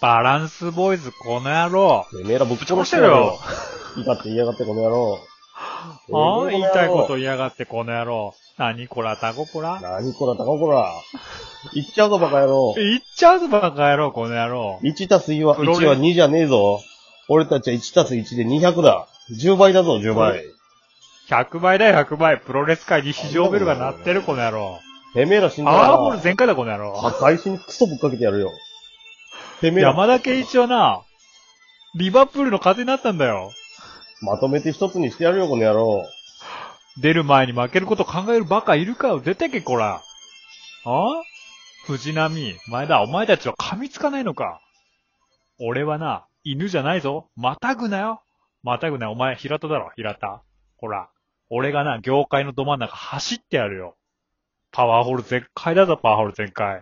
バランスボーイズ、この野郎。 てめえらぶっ殺してやろよ。怒って言いやがってこの野郎。 言いたいこと言いやがってこの野郎。何こらタココラ。 何こらタココラ。言っちゃうぞバカ野郎。 言っちゃうぞバカ野郎、この野郎。 1たす1は2じゃねえぞ。俺たちは1たす1で200だ。10倍だぞ、10倍。 100倍だよ、100倍。プロレス界に市場ベルが鳴ってる、この野郎。 てめえら死んだら。 パワーボール全開だ、この野郎。 開始にクソぶっかけてやるよ。てめえら。 山田圭一はな、リバプールの風になったんだよ。 まとめて一つにしてやるよ、この野郎。 出る前に負けること考えるバカいるかよ。出てけ、こら。藤波、前田、お前たちは噛みつかないのか。俺はな、犬じゃないぞ。またぐなよ。またぐなよ。お前、平田だろ、平田。ほら。俺がな、業界のど真ん中走ってやるよ。パワーホール全開だぞ、パワーホール全開。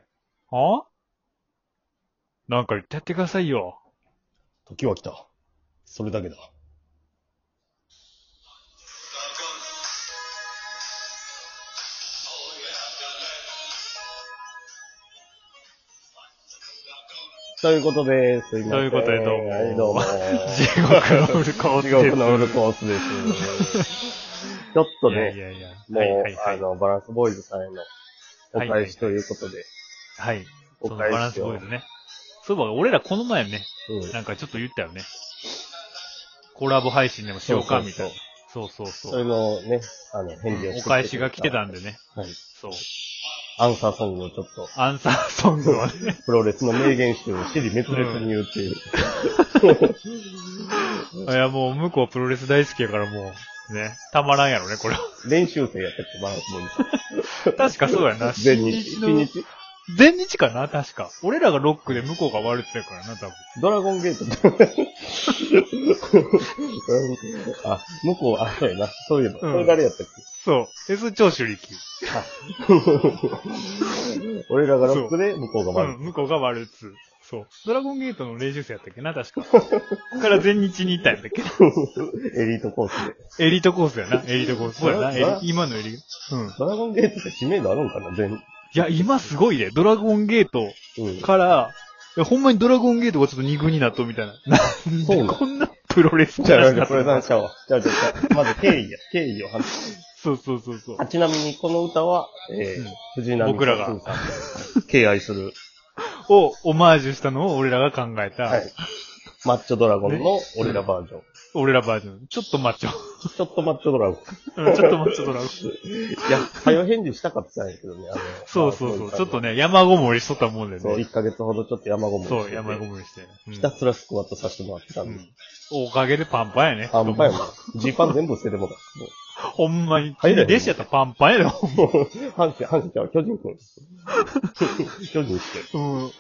なんか言ってやってくださいよ。 時は来た。それだけだ。ということで、すいません。 ということで、どうも。 はい、どうも。 地獄のウルコースです。 地獄のウルコースです。ちょっとね、 いやいやもう、バランスボーイズさんへのお返しということで。 はい。 おそのバランスボーイズね。そういえば、俺らこの前ね、なんかちょっと言ったよね。コラボ配信でもしようか、みたいな。そう。 それのね、返事をしてお返しが来てたんでね。 はい。 そう。 アンサーソングをちょっと。 アンサーソングをね。 プロレスの名言集を尻滅裂に言うっていう。 いや、もう、向こうプロレス大好きやからもう、ね、たまらんやろね、これは。 練習生やったっけ、バランスボーイズ。 確かそうやな。 全日。 全日かな確か。俺らがロックで向こうが悪って言うからな、多分。 ドラゴンゲートって。向こう、そうやな。そういえば。それ誰やったっけそう。S 長州力。 俺らがロックで向こうが悪い。 向こうが悪いっつ。そう。ドラゴンゲートの練習生やったっけな、確か。から全日に行ったんやったっけエリートコースで。 エリートコースやな、エリートコース。そうやな、今のエリドラゴンゲートって知名度あるんかな、 いや、今すごいで、ドラゴンゲートから、いや、ほんまにドラゴンゲートがちょっと2軍になっとみたいな。なんでこんなプロレスじゃあ、これなんちゃうわ。じゃあ、まず経緯を話す。 そう。 ちなみにこの歌は、藤波僕らが敬愛する。 をオマージュしたのを俺らが考えた。 はい。マッチョドラゴンの俺らバージョン。 俺らバージョン。ちょっとマッチョ。 ちょっとマッチョドラゴン。 ちょっとマッチョドラゴン。 いや、早返事したかったんやけどね。 そう。ちょっとね、山ごもりしとったもんでね。 そう、1ヶ月ほどちょっと山ごもりして。 そう、山ごもりして。 ひたすらスクワットさせてもらってたんで。 おかげでパンパンやね。 パンパンやもん。ジーパン全部捨ててもらった。 ほんまに。弟子やったらパンパンやで、ほんま。 阪神ちゃう、巨人くん。巨人して。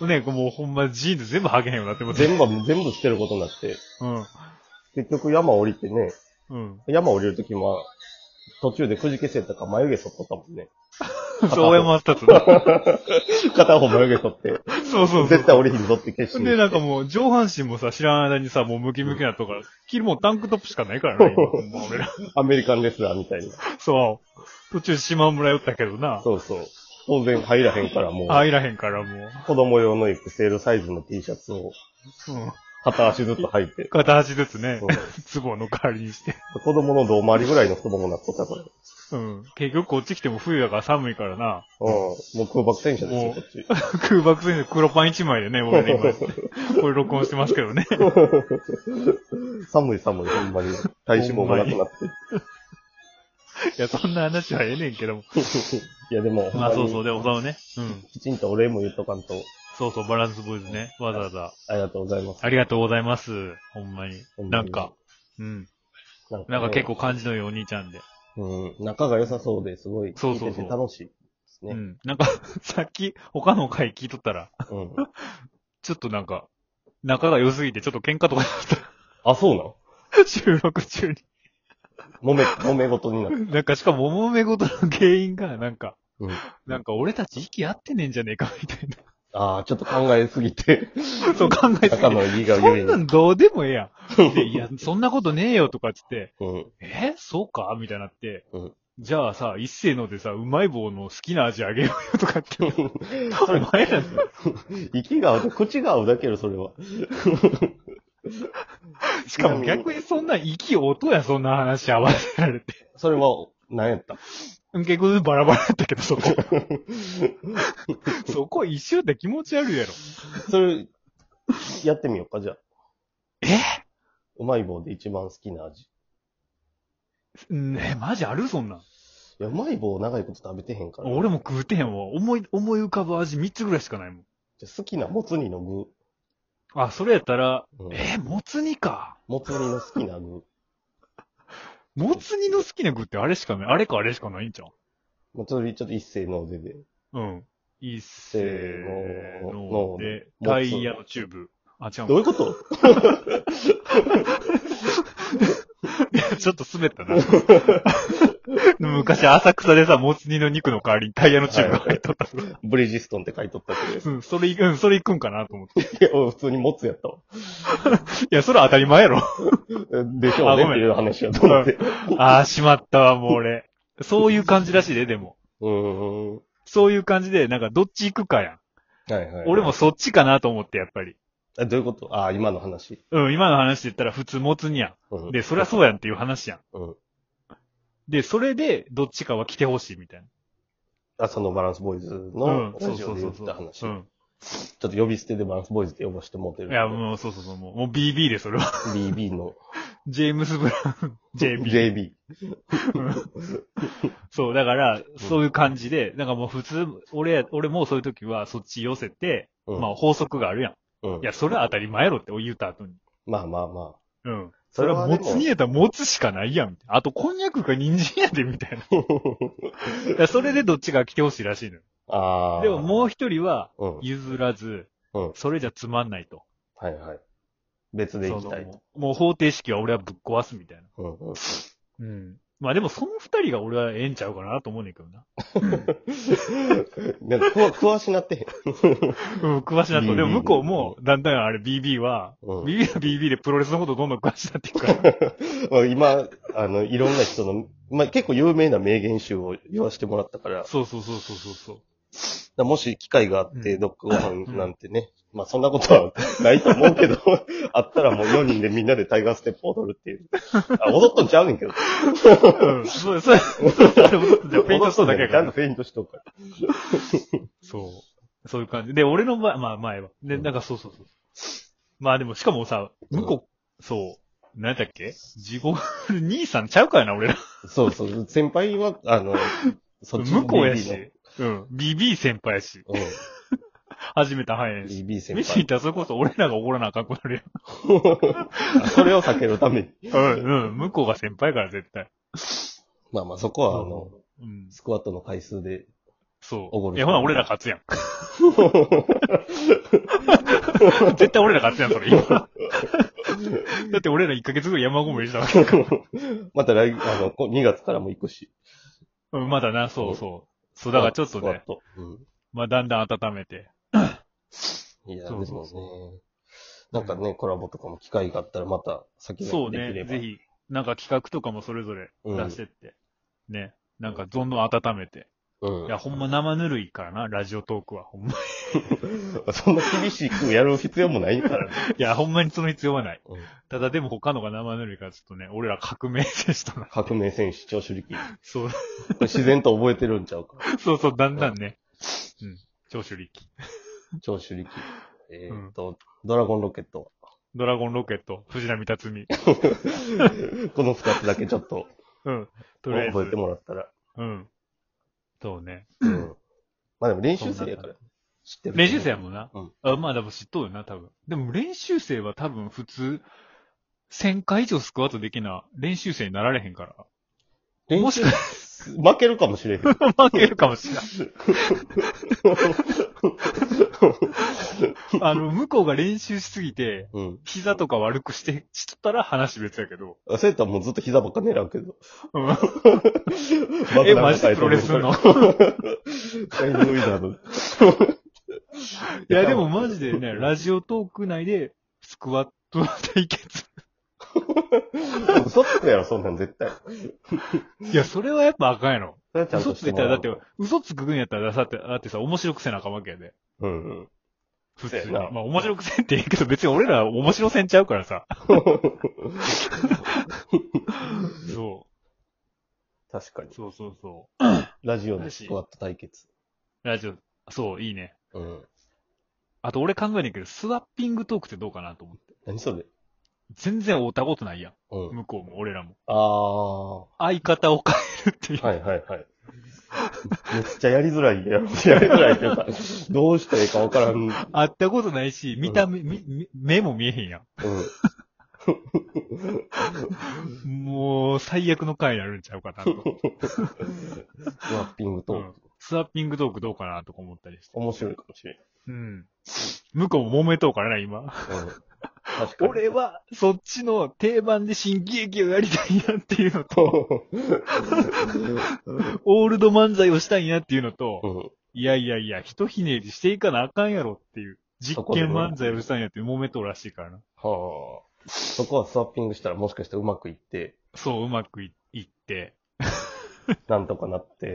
ね、もうほんまジーンズ全部履けへんようになっても全部捨てることになって。結局山降りてね。山降りるときも、途中でくじけせたから眉毛剃っとったもんね。 そう、大山二つ。 片方眉毛剃って。 そう。 絶対降りひんぞって決心。 で、なんかもう上半身もさ、知らない間にさ、もうムキムキなとか、着るもんタンクトップしかないからね。俺ら。 アメリカンレスラーみたいな。 そう。途中島村寄ったけどな。 そう。当然入らへんからもう。 入らへんからもう。 子供用の XL サイズの T シャツを。片足ずつ履いて。 片足ずつね。ズボンの代わりにして。 子供の胴回りぐらいの太ももなっとったから。 結局こっち来ても冬だから寒いからな。 もう空爆戦車ですよ、こっち。 空爆戦車黒パン1枚でね、俺ね、今。これ録音してますけどね。 寒い、ほんまに。体脂肪がなくなって。 いや、そんな話はええねんけども。 いや、でも。 まあそう、でもね。 きちんとお礼も言っとかんと。 そう、バランスボーイズね。わざわざ。 ありがとうございます。 ありがとうございます。ほんまに。なんかなんか結構感じのいいお兄ちゃんで。 仲が良さそうで、すごい、聞いてて楽しいですね。 なんか、さっき、他の回聞いとったら、ちょっとなんか、仲が良すぎてちょっと喧嘩とかだった。 あ、そうなの収録中に。 揉め事になって。 なんかしかも揉め事の原因が、なんか俺たち息合ってねえんじゃねえか、みたいな。 ちょっと考えすぎて。 そう考えすぎて。 仲のいいがそんなんどうでもええやん。いや、そんなことねえよとかつって、そうかみたいになって、 じゃあさ、一斉のでさ、うまい棒の好きな味あげようよとかって。お前ら、 息が合う、口が合うだけよ、それは。 しかも逆にそんな息音や、そんな話合わせられて。 それは、何やった？ 結構バラバラだったけど、そこ。そこ一周って気持ち悪いやろ。 それ、やってみようか、じゃあ。 えうまい棒で一番好きな味。 ねマジあるそんなん。 いや、うまい棒長いこと食べてへんから。 俺も食うてへんわ。思い浮かぶ味3つぐらいしかないもん。 じゃあ好きなもつ煮の具。 あ、それやったら、 うんもつ煮か。 もつ煮の好きな具。 もつ煮の好きな具ってあれしかない。あれかあれしかないんじゃん。 もつ煮ちょっと一斉のでで。 うん。一斉ので、 のタイヤのチューブ。あ、違う。 どういうこと？ ちょっと滑ったな。昔浅草でさ、もつ煮の肉の代わりにタイヤのチューブが入っとった。 ブリヂストンって書いとったけど。 それ行くんかなと思って。 いや、普通にもつやったわ。 いや、それは当たり前やろ。 でしょうねっていう話やと思って。 しまったわ、もう俺。そういう感じらしいで、でも。そういう感じで、なんかどっち行くかやん。 はいはい。 俺もそっちかなと思って、やっぱり。 どういうこと？今の話。 今の話で言ったら普通もつ煮やん。で、そりゃそうやんっていう話やん。で、それで、どっちかは来てほしいみたいな。 そのバランスボーイズのラジオで言った話。ちょっと呼び捨てでバランスボーイズって呼ばしてもってる。 いや、もうそう、もう BB でそれは。 BB の。 ジェームス・ブラウン、JB。そう、だから、そういう感じで、なんかもう普通、俺もそういう時はそっち寄せて、まあ法則があるやん。いや、それは当たり前やろって言った後に。 まあまあまあ。それはもつ煮やったらもつしかないやん。あと、こんにゃくか人参やで、みたいな。それでどっちが来てほしいらしいのよ。でももう一人は、譲らず、それじゃつまんないと。 はいはい。別で行きたいと。 もう方程式は俺はぶっ壊すみたいな。まあでもその二人が俺はええんちゃうかなと思うねんけどな。 なんか詳しなってへん。 詳しなって。でも向こうも、だんだんあれ BB は、BB は BB でプロレスのことどんどん詳しなっていくから。 今、いろんな人の、まあ結構有名な名言集を言わせてもらったから。 そう。 もし機会があって、ドッグご飯なんてね、まあそんなことはないと思うけど、あったらもう4人でみんなでタイガーステップ踊るっていう。踊っとんちゃうねんけど。 そう。踊っとんじゃフェイントしとんだけやから。 ちゃんとフェイントしとくから。 そういう感じ。で、俺の場合、まあ前は。で、なんかそう。まあでもしかもさ、向こう、そう、何だっけ地獄兄さんちゃうからな、俺ら。 そう。先輩は、 そっち向こうやし。BB 先輩やし。始めた早いし。 BB 先輩。 飯行ったらそれこそ俺らが怒らなあかんくなるやん。それを避けるために。 向こうが先輩から絶対。 まあそこはスクワットの回数で。 そう。ほな俺ら勝つやん。絶対俺ら勝つやん、それ今。だって俺ら1ヶ月ぐらい山ごもりしたわけか。 また2月からも行くし。 まだな、そう。そう、だからちょっとね。まあだんだん温めて。 いや、でもね。なんかね、コラボとかも機会があったらまた先にできれば。そうね、ぜひ、なんか企画とかもそれぞれ出してって。ね。なんかどんどん温めて。いや、ほんま生ぬるいからな、ラジオトークは。ほんまに。そんな厳しくやる必要もないからね。 いや、ほんまにその必要はない。ただでも他のが生ぬるいからちょっとね、俺ら革命戦士とな。 革命戦士、長手力。 そう。 自然と覚えてるんちゃうか。 そう、だんだんね。長手力。 長手力。ドラゴンロケット。 ドラゴンロケット、藤波辰巳。 この二つだけちょっと。 とりあえず。 覚えてもらったら。 そうね。 まあでも練習生やから。知ってる。 練習生やもんな。まあでも知っとるな、多分。でも練習生は多分普通、1000回以上スクワットできな、練習生になられへんから。 もしか負けるかもしれへん。 負けるかもしれない。向こうが練習しすぎて、膝とか悪くしとったら話別やけど。 そうやったらもうずっと膝ばっか狙うけど。 マジでプロレスするのいや、でもマジでね、ラジオトーク内でスクワット対決。 嘘つくやろ、そんなん絶対。 いや、それはやっぱあかんやろ。 それはちゃん嘘としてついたら、だってもらう、 嘘つくんやったらだってさ、面白くせなあかんわけやで。 うんうん。 普通に。 そうやなまあ、面白くせんって言うけど、別に俺ら面白せんちゃうからさ。そ確かにう。。そうそうそラジオでスクワット対決。 う。ラジオ、そう、いいね。 うん。 あと俺考えねんけど、スワッピングトークってどうかなと思って。 何それ？ 全然会うたことないやん。 うん。 向こうも、俺らも。 あ相方を変えるっていう。 あ。はいはいはい。めっちゃやりづらいやろ。やりづらいっていうか、どうしたらいいかわからん。うん。 会ったことないし、見た目、目も見えへんやん。もう、最悪の回になるんちゃうかなと。 スワッピングトーク。 うんスワッピングトークどうかなとか思ったりして。 面白いかもしれん。 うん。向こうも揉めとうからな、今。 うん。確かに。 俺は、そっちの定番で新喜劇をやりたいなっていうのと、オールド漫才をしたいなっていうのと、 うん。 いやいやいや、ひとひねりしていかなあかんやろっていう、実験漫才をしたいなって揉めとうらしいからな。 はあ。そこはスワッピングしたらもしかしてうまくいって、 そう、うまくいって、 なんとかなって、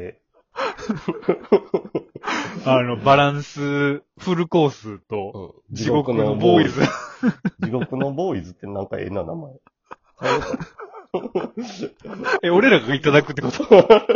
バランス、フルコースと、 うん。 地獄のボーイズ。 地獄のボーイズってなんかええな、名前。 俺らがいただくってこと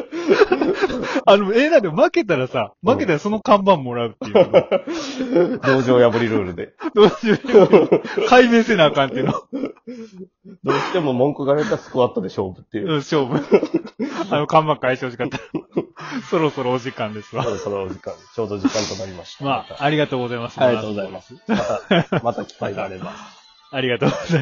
でも負けたらさ、負けたらその看板もらうっていう。 道場破りルールで。 どうしよう。解明せなあかんっていうの。 どうしても文句が出たスクワットで勝負っていう。 勝負。看板返してほしかった。そろそろお時間ですわそ。ろそろお時間、ちょうど時間となりました。 まあ、ありがとうございます。 ありがとうございます。また機会があれば。 ありがとうございます。